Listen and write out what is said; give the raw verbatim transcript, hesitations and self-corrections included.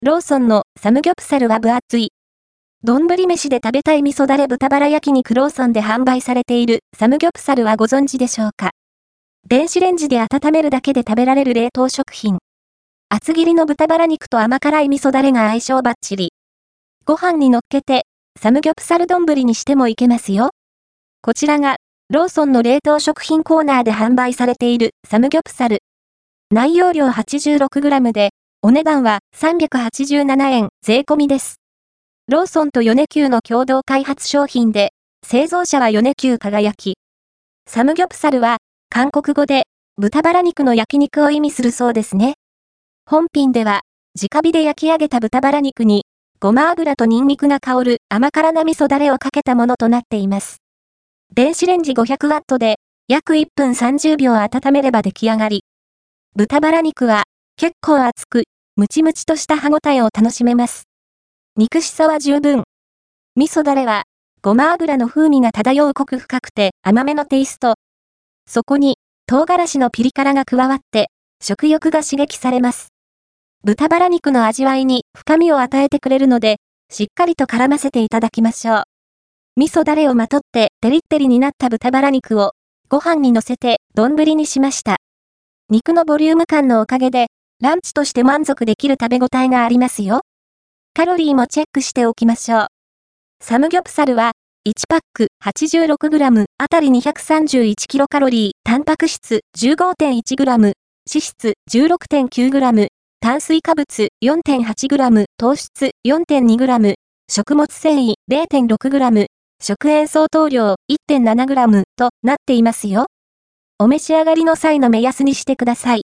ローソンのサムギョプサルは分厚い。丼飯で食べたい味噌だれ豚バラ焼肉ローソンで販売されているサムギョプサルはご存知でしょうか。電子レンジで温めるだけで食べられる冷凍食品。厚切りの豚バラ肉と甘辛い味噌だれが相性バッチリ。ご飯に乗っけてサムギョプサル丼にしてもいけますよ。こちらがローソンの冷凍食品コーナーで販売されているサムギョプサル。内容量 はちじゅうろくグラム で、お値段はさんびゃくはちじゅうななえん税込みです。ローソンと米久の共同開発商品で、製造者は米久輝き。サムギョプサルは、韓国語で、豚バラ肉の焼肉を意味するそうですね。本品では、直火で焼き上げた豚バラ肉に、ごま油とニンニクが香る甘辛な味噌だれをかけたものとなっています。電子レンジ ごひゃくワット で、約いっぷんさんじゅうびょう温めれば出来上がり。豚バラ肉は、結構厚く、ムチムチとした歯ごたえを楽しめます。肉しさは十分。味噌だれは、ごま油の風味が漂う濃く深くて甘めのテイスト。そこに、唐辛子のピリ辛が加わって、食欲が刺激されます。豚バラ肉の味わいに深みを与えてくれるので、しっかりと絡ませていただきましょう。味噌だれをまとってテリッテリになった豚バラ肉を、ご飯に乗せて丼にしました。肉のボリューム感のおかげで、ランチとして満足できる食べ応えがありますよ。カロリーもチェックしておきましょう。サムギョプサルはいちパック はちじゅうろくグラム あたり にひゃくさんじゅういちキロカロリー、タンパク質 じゅうごてんいちグラム、脂質 じゅうろくてんきゅうグラム、炭水化物 よんてんはちグラム、糖質 よんてんにグラム、食物繊維 れいてんろくグラム、食塩相当量 いってんななグラム となっていますよ。お召し上がりの際の目安にしてください。